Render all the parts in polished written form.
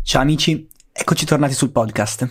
Ciao amici, eccoci tornati sul podcast.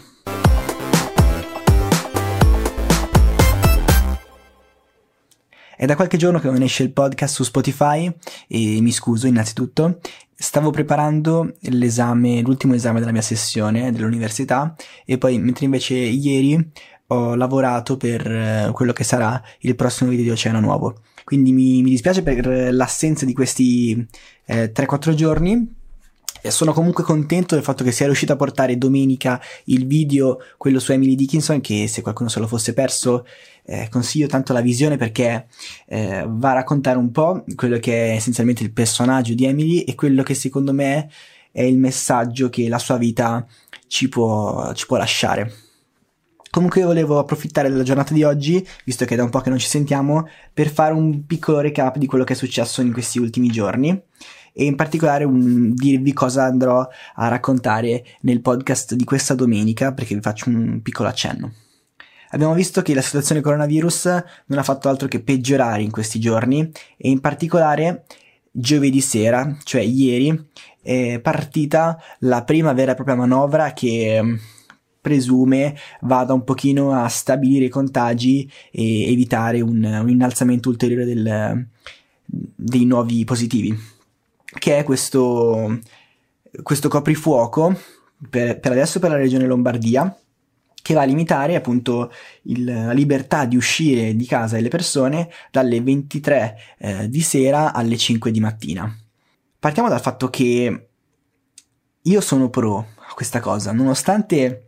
È da qualche giorno che non esce il podcast su Spotify e mi scuso innanzitutto. Stavo preparando l'ultimo esame della mia sessione dell'università e poi mentre invece ieri ho lavorato per quello che sarà il prossimo video di Oceano Nuovo. Quindi mi dispiace per l'assenza di questi 3-4 giorni. Sono comunque contento del fatto che sia riuscito a portare domenica il video, quello su Emily Dickinson, che se qualcuno se lo fosse perso consiglio tanto la visione perché va a raccontare un po' quello che è essenzialmente il personaggio di Emily e quello che secondo me è il messaggio che la sua vita ci può lasciare. Comunque io volevo approfittare della giornata di oggi, visto che è da un po' che non ci sentiamo, per fare un piccolo recap di quello che è successo in questi ultimi giorni e in particolare dirvi cosa andrò a raccontare nel podcast di questa domenica, perché vi faccio un piccolo accenno. Abbiamo visto che la situazione coronavirus non ha fatto altro che peggiorare in questi giorni e in particolare giovedì sera, cioè ieri, è partita la prima vera e propria manovra che presume vada un pochino a stabilire i contagi e evitare un innalzamento ulteriore dei nuovi positivi, che è questo coprifuoco per adesso per la regione Lombardia, che va a limitare appunto la libertà di uscire di casa delle persone dalle 23 di sera alle 5 di mattina. Partiamo dal fatto che io sono pro a questa cosa, nonostante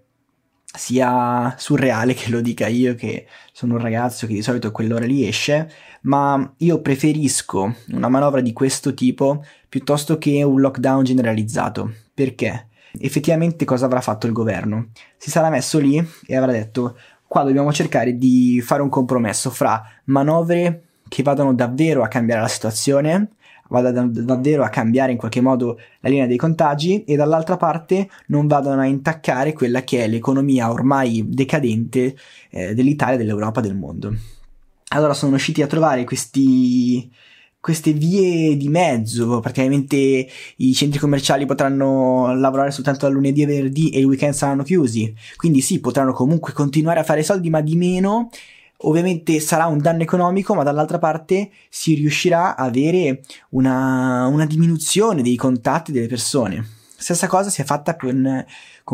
sia surreale che lo dica io, che sono un ragazzo che di solito a quell'ora lì esce, ma io preferisco una manovra di questo tipo piuttosto che un lockdown generalizzato. Perché? Effettivamente cosa avrà fatto il governo? Si sarà messo lì e avrà detto: qua dobbiamo cercare di fare un compromesso fra manovre che vadano davvero a cambiare la situazione, vada davvero a cambiare in qualche modo la linea dei contagi e dall'altra parte non vadano a intaccare quella che è l'economia ormai decadente dell'Italia, dell'Europa, del mondo. Allora sono riusciti a trovare queste vie di mezzo. Praticamente i centri commerciali potranno lavorare soltanto dal lunedì e venerdì e i weekend saranno chiusi, quindi sì, potranno comunque continuare a fare soldi ma di meno. Ovviamente sarà un danno economico, ma dall'altra parte si riuscirà a avere una diminuzione dei contatti delle persone. Stessa cosa si è fatta con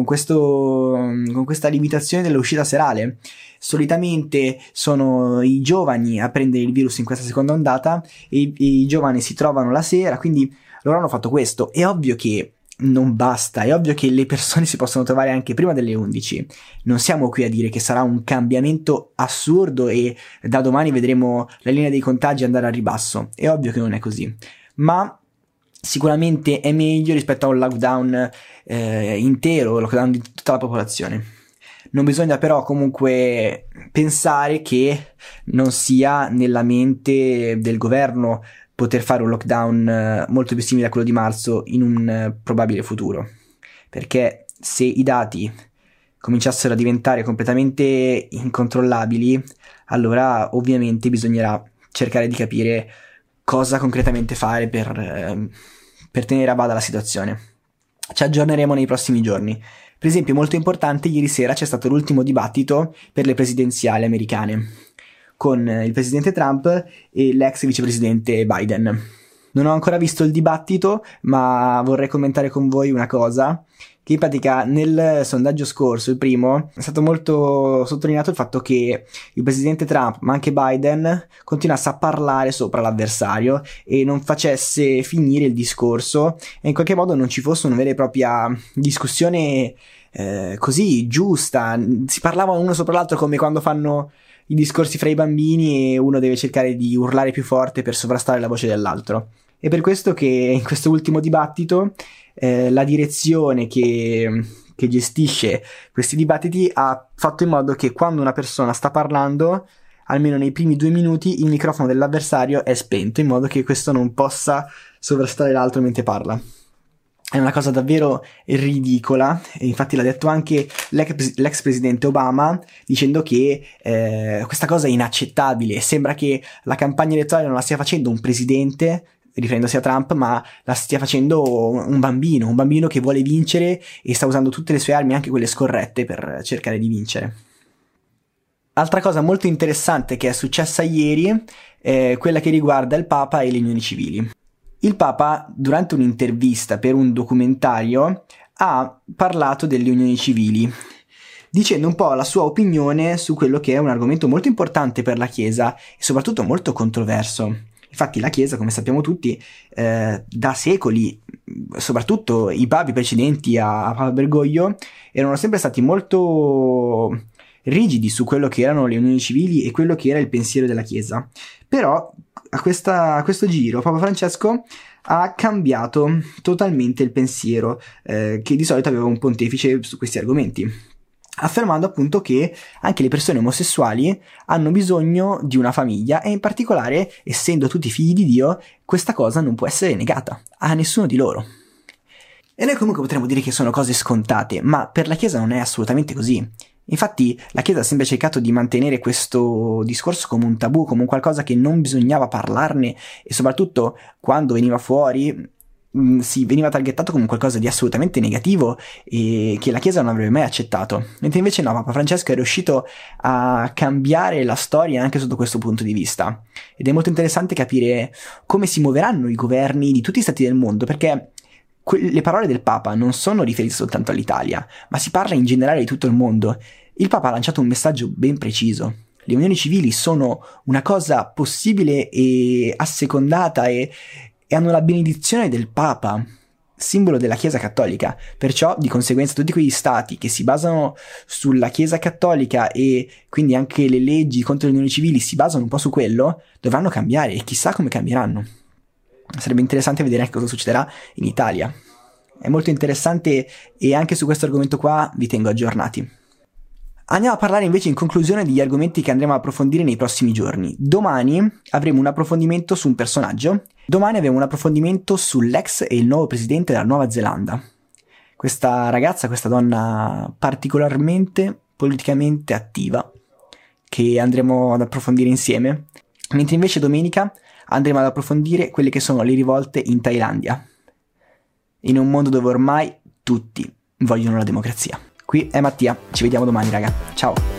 questa limitazione dell'uscita serale. Solitamente sono i giovani a prendere il virus in questa seconda ondata e i giovani si trovano la sera, quindi loro hanno fatto questo. È ovvio che non basta, è ovvio che le persone si possono trovare anche prima delle 11. Non siamo qui a dire che sarà un cambiamento assurdo e da domani vedremo la linea dei contagi andare a ribasso. È ovvio che non è così, ma sicuramente è meglio rispetto a un lockdown intero, lockdown di tutta la popolazione. Non bisogna però comunque pensare che non sia nella mente del governo poter fare un lockdown molto più simile a quello di marzo in un probabile futuro, perché se i dati cominciassero a diventare completamente incontrollabili, allora ovviamente bisognerà cercare di capire cosa concretamente fare per tenere a bada la situazione. Ci aggiorneremo nei prossimi giorni. Per esempio, molto importante, ieri sera c'è stato l'ultimo dibattito per le presidenziali americane con il presidente Trump e l'ex vicepresidente Biden. Non ho ancora visto il dibattito, ma vorrei commentare con voi una cosa, che in pratica nel sondaggio scorso, il primo, è stato molto sottolineato il fatto che il presidente Trump, ma anche Biden, continuasse a parlare sopra l'avversario e non facesse finire il discorso e in qualche modo non ci fosse una vera e propria discussione così giusta. Si parlavano uno sopra l'altro come quando fanno i discorsi fra i bambini e uno deve cercare di urlare più forte per sovrastare la voce dell'altro. È per questo che in questo ultimo dibattito la direzione che gestisce questi dibattiti ha fatto in modo che quando una persona sta parlando, almeno nei primi 2 minuti, il microfono dell'avversario è spento, in modo che questo non possa sovrastare l'altro mentre parla. È una cosa davvero ridicola, e infatti l'ha detto anche l'ex presidente Obama, dicendo che questa cosa è inaccettabile. Sembra che la campagna elettorale non la stia facendo un presidente riferendosi a Trump, ma la stia facendo un bambino che vuole vincere e sta usando tutte le sue armi, anche quelle scorrette, per cercare di vincere. Altra cosa molto interessante che è successa ieri è quella che riguarda il Papa e le unioni civili. Il Papa, durante un'intervista per un documentario, ha parlato delle unioni civili, dicendo un po' la sua opinione su quello che è un argomento molto importante per la Chiesa e soprattutto molto controverso. Infatti la Chiesa, come sappiamo tutti, da secoli, soprattutto i papi precedenti a Papa Bergoglio, erano sempre stati molto rigidi su quello che erano le unioni civili e quello che era il pensiero della Chiesa. Però a questo giro Papa Francesco ha cambiato totalmente il pensiero che di solito aveva un pontefice su questi argomenti, affermando appunto che anche le persone omosessuali hanno bisogno di una famiglia e in particolare, essendo tutti figli di Dio, questa cosa non può essere negata a nessuno di loro. E noi comunque potremmo dire che sono cose scontate, ma per la Chiesa non è assolutamente così. Infatti la Chiesa ha sempre cercato di mantenere questo discorso come un tabù, come un qualcosa che non bisognava parlarne, e soprattutto quando veniva fuori si veniva targettato come qualcosa di assolutamente negativo e che la Chiesa non avrebbe mai accettato. Mentre invece no, Papa Francesco è riuscito a cambiare la storia anche sotto questo punto di vista. Ed è molto interessante capire come si muoveranno i governi di tutti gli stati del mondo, perché le parole del Papa non sono riferite soltanto all'Italia, ma si parla in generale di tutto il mondo. Il Papa ha lanciato un messaggio ben preciso. Le unioni civili sono una cosa possibile e assecondata e hanno la benedizione del Papa, simbolo della Chiesa Cattolica. Perciò, di conseguenza, tutti quegli stati che si basano sulla Chiesa Cattolica e quindi anche le leggi contro le unioni civili si basano un po' su quello, dovranno cambiare e chissà come cambieranno. Sarebbe interessante vedere anche cosa succederà in Italia. È molto interessante e anche su questo argomento qua vi tengo aggiornati. Andiamo a parlare invece in conclusione degli argomenti che andremo a approfondire nei prossimi giorni. Domani avremo un approfondimento su un personaggio. Domani avremo un approfondimento sull'ex e il nuovo presidente della Nuova Zelanda. Questa ragazza, questa donna particolarmente politicamente attiva, che andremo ad approfondire insieme. Mentre invece domenica andremo ad approfondire quelle che sono le rivolte in Thailandia, in un mondo dove ormai tutti vogliono la democrazia. Qui è Mattia, ci vediamo domani raga, ciao!